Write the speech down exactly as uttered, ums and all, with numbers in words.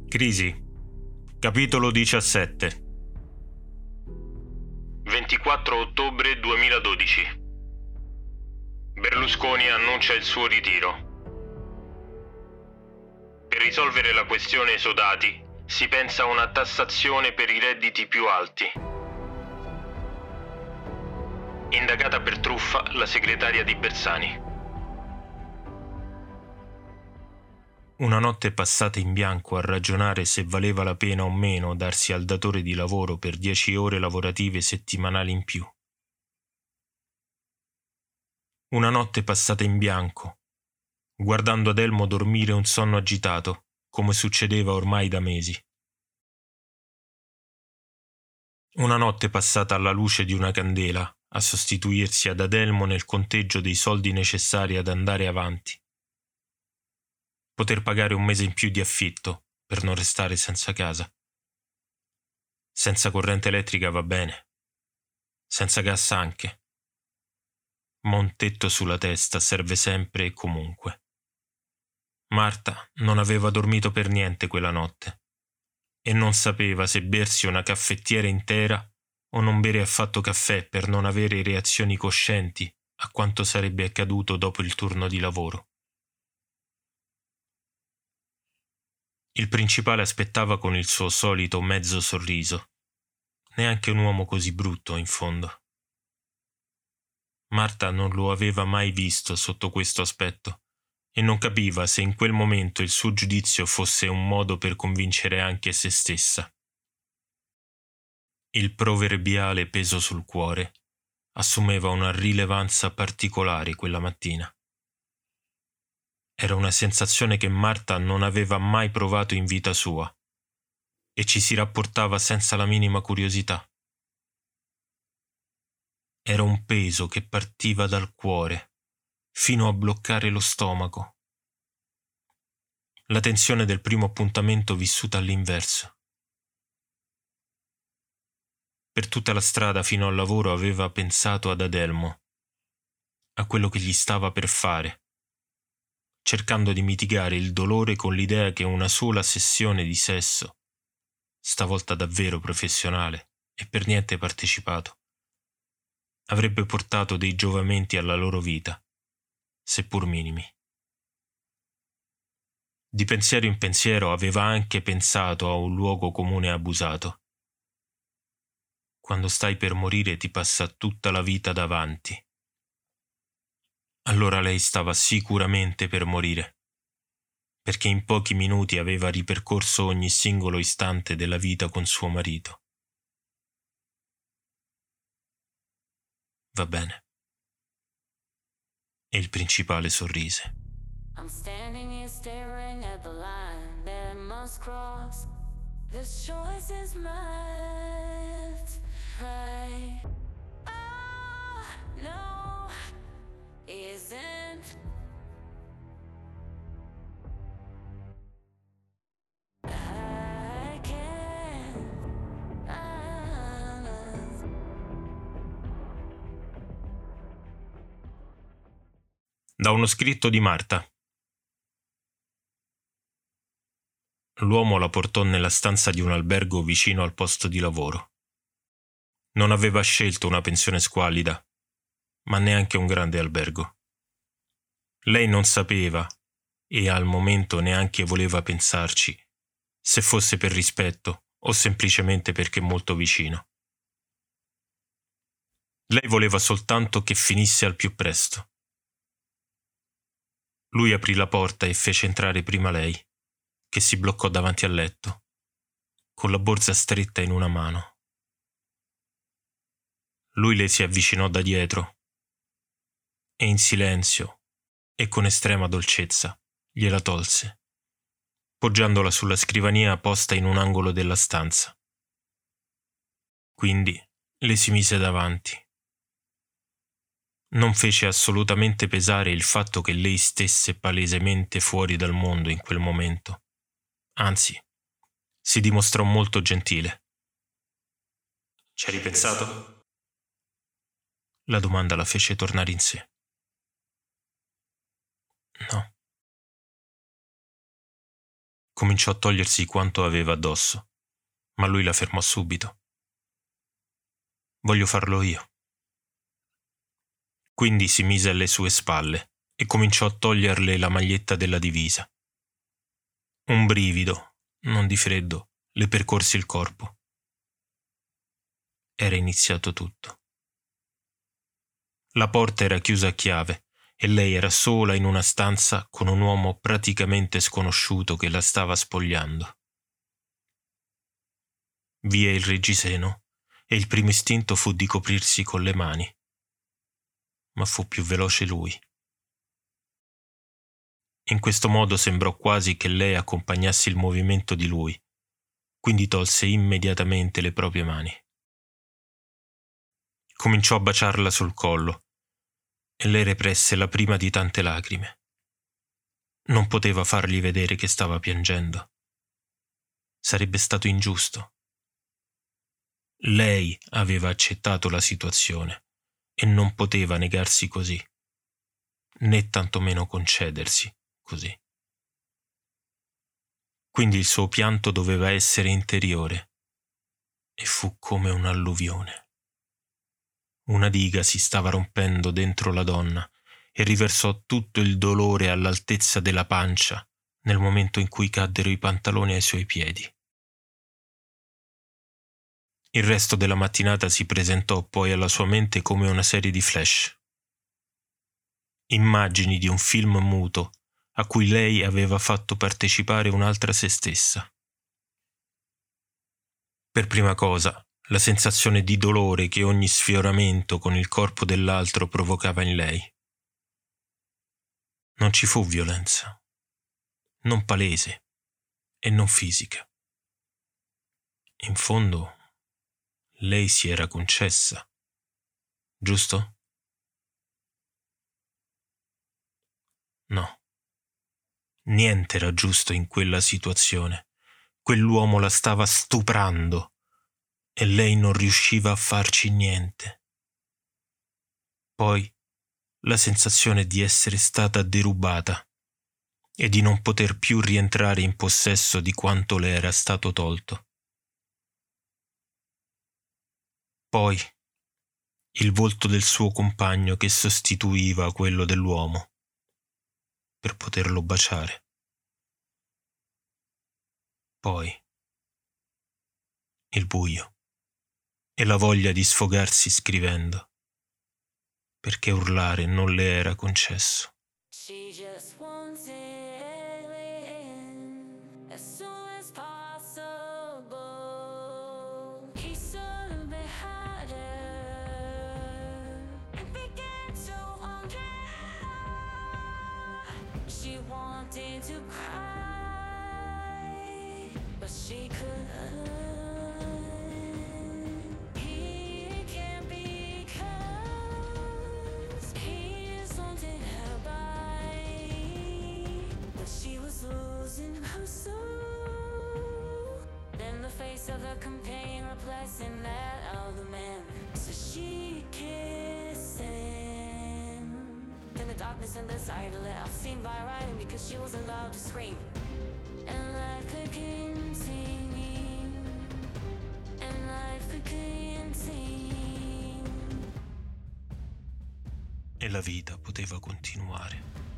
Crisi. Capitolo diciassette. ventiquattro ottobre duemiladodici. Berlusconi annuncia il suo ritiro. Per risolvere la questione esodati si pensa a una tassazione per i redditi più alti. Indagata per truffa la segretaria di Bersani. Una notte passata in bianco a ragionare se valeva la pena o meno darsi al datore di lavoro per dieci ore lavorative settimanali in più. Una notte passata in bianco, guardando Adelmo dormire un sonno agitato, come succedeva ormai da mesi. Una notte passata alla luce di una candela, a sostituirsi ad Adelmo nel conteggio dei soldi necessari ad andare avanti. Poter pagare un mese in più di affitto per non restare senza casa. Senza corrente elettrica va bene, senza gas anche. Ma un tetto sulla testa serve sempre e comunque. Marta non aveva dormito per niente quella notte e non sapeva se bersi una caffettiera intera o non bere affatto caffè per non avere reazioni coscienti a quanto sarebbe accaduto dopo il turno di lavoro. Il principale aspettava con il suo solito mezzo sorriso. Neanche un uomo così brutto, in fondo. Marta non lo aveva mai visto sotto questo aspetto e non capiva se in quel momento il suo giudizio fosse un modo per convincere anche se stessa. Il proverbiale peso sul cuore assumeva una rilevanza particolare quella mattina. Era una sensazione che Marta non aveva mai provato in vita sua e ci si rapportava senza la minima curiosità. Era un peso che partiva dal cuore fino a bloccare lo stomaco. La tensione del primo appuntamento vissuta all'inverso. Per tutta la strada fino al lavoro aveva pensato ad Adelmo, a quello che gli stava per fare, cercando di mitigare il dolore con l'idea che una sola sessione di sesso, stavolta davvero professionale e per niente partecipato, avrebbe portato dei giovamenti alla loro vita, seppur minimi. Di pensiero in pensiero aveva anche pensato a un luogo comune abusato. Quando stai per morire ti passa tutta la vita davanti. Allora lei stava sicuramente per morire, perché in pochi minuti aveva ripercorso ogni singolo istante della vita con suo marito. Va bene. E il principale sorrise. I'm standing here staring at the line that I must cross. This choice is mine. I, oh, no, isn't. I can't. Da uno scritto di Marta. L'uomo la portò nella stanza di un albergo vicino al posto di lavoro. Non aveva scelto una pensione squallida, ma neanche un grande albergo. Lei non sapeva, e al momento neanche voleva pensarci, se fosse per rispetto o semplicemente perché molto vicino. Lei voleva soltanto che finisse al più presto. Lui aprì la porta e fece entrare prima lei, che si bloccò davanti al letto, con la borsa stretta in una mano. Lui le si avvicinò da dietro e in silenzio e con estrema dolcezza gliela tolse, poggiandola sulla scrivania posta in un angolo della stanza. Quindi le si mise davanti. Non fece assolutamente pesare il fatto che lei stesse palesemente fuori dal mondo in quel momento. Anzi, si dimostrò molto gentile. Ci hai ripensato? La domanda la fece tornare in sé. No. Cominciò a togliersi quanto aveva addosso, ma lui la fermò subito. Voglio farlo io. Quindi si mise alle sue spalle e cominciò a toglierle la maglietta della divisa. Un brivido, non di freddo, le percorse il corpo. Era iniziato tutto. La porta era chiusa a chiave e lei era sola in una stanza con un uomo praticamente sconosciuto che la stava spogliando. Via il reggiseno e il primo istinto fu di coprirsi con le mani. Ma fu più veloce lui. In questo modo sembrò quasi che lei accompagnasse il movimento di lui, quindi tolse immediatamente le proprie mani. Cominciò a baciarla sul collo e lei represse la prima di tante lacrime. Non poteva fargli vedere che stava piangendo. Sarebbe stato ingiusto. Lei aveva accettato la situazione e non poteva negarsi così, né tantomeno concedersi così. Quindi il suo pianto doveva essere interiore e fu come un'alluvione. Una diga si stava rompendo dentro la donna e riversò tutto il dolore all'altezza della pancia nel momento in cui caddero i pantaloni ai suoi piedi. Il resto della mattinata si presentò poi alla sua mente come una serie di flash. Immagini di un film muto a cui lei aveva fatto partecipare un'altra se stessa. Per prima cosa, la sensazione di dolore che ogni sfioramento con il corpo dell'altro provocava in lei. Non ci fu violenza, non palese e non fisica. In fondo, lei si era concessa, giusto? No, niente era giusto in quella situazione. Quell'uomo la stava stuprando e lei non riusciva a farci niente. Poi la sensazione di essere stata derubata e di non poter più rientrare in possesso di quanto le era stato tolto. Poi il volto del suo compagno che sostituiva quello dell'uomo per poterlo baciare. Poi il buio e la voglia di sfogarsi scrivendo, perché urlare non le era concesso. She just wants it as soon as possible. He stood behind her and began to undress. She wanted to cry, but she couldn't. He can't because he is wanting her body, but she was losing her soul. Then the face of her companion replacing that of the man, so she kissed him. Then the darkness and desire to let out seemed by writing because she wasn't allowed to scream. And life could continue, and life could continue. E la vita poteva continuare.